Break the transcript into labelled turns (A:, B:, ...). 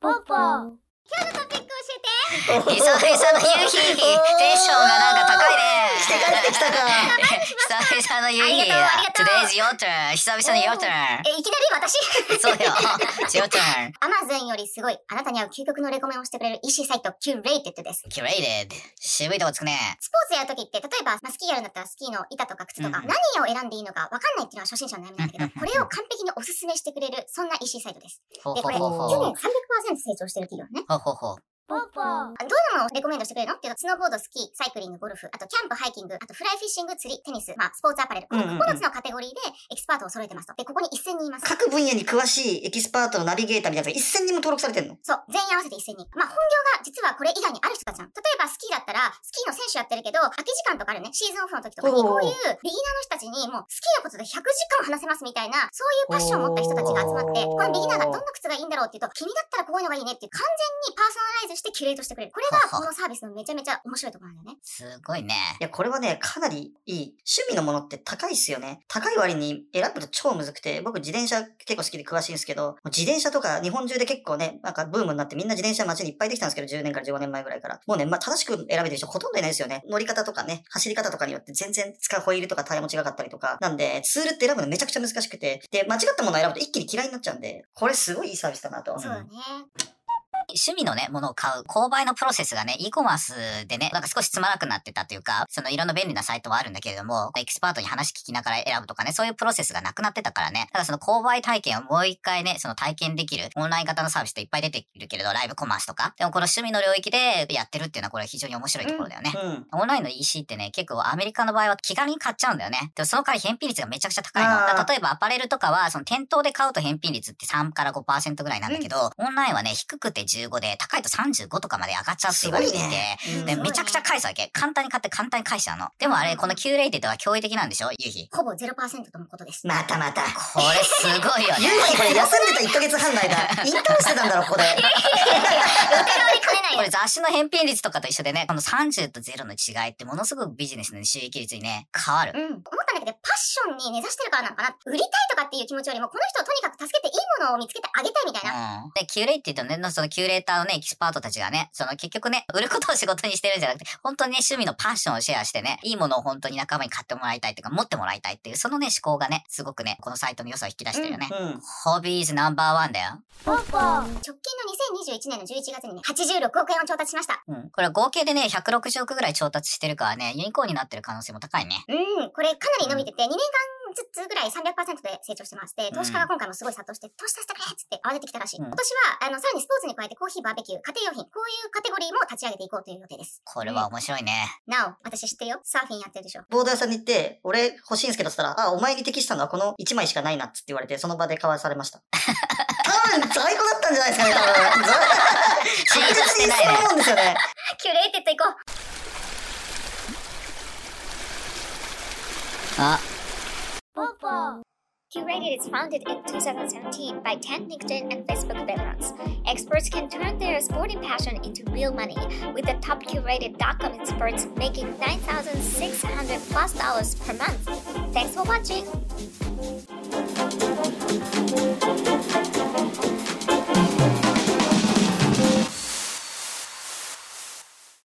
A: ポッポー。今日のトピック教えて。
B: 久々の夕日、テンションがなんか高いね。
C: 来て帰ってきたか。
B: 久々の夕日だ。Today's your turn。久々の your turn。
A: いきなり私
B: そうよ。It's your turn。
A: Amazon よりすごい、あなたに合う究極のレコメンをしてくれる EC サイト Curated です。
B: Curated。渋いとこつくね。
A: スポーツやるときって、例えば、スキーやるんだったらスキーの板とか靴とか、何を選んでいいのか分かんないっていうのは初心者の悩みなんだけど、これを完璧におすすめしてくれる、そんな EC サイトです。で、これ、去年300% 成長してる企業ね。
B: ほうほうほう。
A: どんなものをレコメンドしてくれるのっていうと、スノーボード、スキー、サイクリング、ゴルフ、あとキャンプ、ハイキング、あとフライフィッシング、釣り、テニス、スポーツアパレル。この9つのカテゴリーでエキスパートを揃えてますと。で、ここに1000人います。
C: 各分野に詳しいエキスパートのナビゲーターみたいなやつが1000人も登録されてんの？
A: そう。全員合わせて1000人。本業が実はこれ以外にある人たちなの。例えばスキーだったら、スキーの選手やってるけど、空き時間とかあるね。シーズンオフの時とかに、こういうビギナーの人たちにもうスキーのことで100時間話せますみたいな、そういうパッションを持った人たちが集まって、このビギナーがどんな靴がいいんだろうっていうと、君だったらこういうのがいいねっていう完全にパーソナライズしてキュレートしてくれる。これがこのサービスのめちゃめちゃ面白いところなんだよね。
B: すごいね。
C: いや、これはね、かなりいい。趣味のものって高いっすよね。高い割に選ぶと超むずくて、僕自転車結構好きで詳しいんですけど、自転車とか日本中で結構ね、なんかブームになってみんな自転車街にいっぱいできたんですけど、10年から15年前ぐらいから。もうね、正しく選べてる人ほとんどいないですよね。乗り方とかね、走り方とかによって全然使うホイールとかタイヤも違かったりとか。なんで、ツールって選ぶのめちゃくちゃ難しくて、で、間違ったものを選ぶと一気に嫌いになっちゃうんで、これすごいいいサービスだなと。
A: そうだね。
B: 趣味のね、ものを買う、購買のプロセスがね、e コマースでね、なんか少しつまらなくなってたというか、そのいろんな便利なサイトはあるんだけれども、エキスパートに話聞きながら選ぶとかね、そういうプロセスがなくなってたからね、ただその購買体験をもう一回ね、その体験できるオンライン型のサービスっていっぱい出ているけれど、ライブコマースとか、でもこの趣味の領域でやってるっていうのはこれ非常に面白いところだよね。オンラインの EC ってね、結構アメリカの場合は気軽に買っちゃうんだよね。でもその代わり返品率がめちゃくちゃ高いの。例えばアパレルとかは、その店頭で買うと返品率って3から 5% ぐらいなんだけど、オンラインはね、低くて15で、高いと35とかまで上がっちゃうって言われていて、でめちゃくちゃ返すわけ。簡単に買って簡単に返しちゃうの。でもあれ、このキュレイテッドは驚異的なんでしょゆうひ。
A: ほぼ 0% とのことです。
C: また。
B: これすごいよね。
C: ゆうひこれ休んでた1ヶ月半の間、インターンしてたんだろ、ここで。
B: これ雑誌の返品率とかと一緒でね、この30と0の違いってものすごくビジネスの収益率にね、変わる。
A: 思ったんだけど、パッションに根ざしてるからなのかな。売りたいとかっていう気持ちよりも、この人をとにかく助けていいものを見つけてあげたいみたいな。
B: で、キュレイテッドね、そのキュレーターのね、エキスパートたちがね、その結局ね、売ることを仕事にしてるんじゃなくて、本当にね、趣味のパッションをシェアしてね、いいものを本当に仲間に買ってもらいたいっていうか、持ってもらいたいっていう、そのね、思考がね、すごくね、このサイトの良さを引き出してるよね。ホビーズナンバーワンだよ。
A: 直近の2021年の11月にね、86億円を調達しました。
B: これは合計でね、160億ぐらい調達してるからね、ユニコーンになってる可能性も高いね。
A: これかなり伸びてて、2年間ずつぐらい 300% で成長してまして、投資家が今回もすごい殺到して、投資させてくれっつって慌ててきたらしい。今年は、さらにスポーツに加えてコーヒー、バーベキュー、家庭用品、こういうカテゴリーも立ち上げていこうという予定です。
B: これは面白いね。
A: なお、私知ってるよ。サーフィンやってるでしょ。
C: ボード屋さんに行って、俺欲しいんすけどって言ったら、お前に適したのはこの1枚しかないなっつって言われて、その場で買わされました。多分、最高だったんじゃないですかね、多分。確実にそう思うんですよね。
A: キュレイテッド行こう。Curated is founded in 2017 by 10 LinkedIn and Facebook veterans. Experts can turn their sporting passion into real money, with the top curated.com experts making $9,600+ per month. Thanks for watching!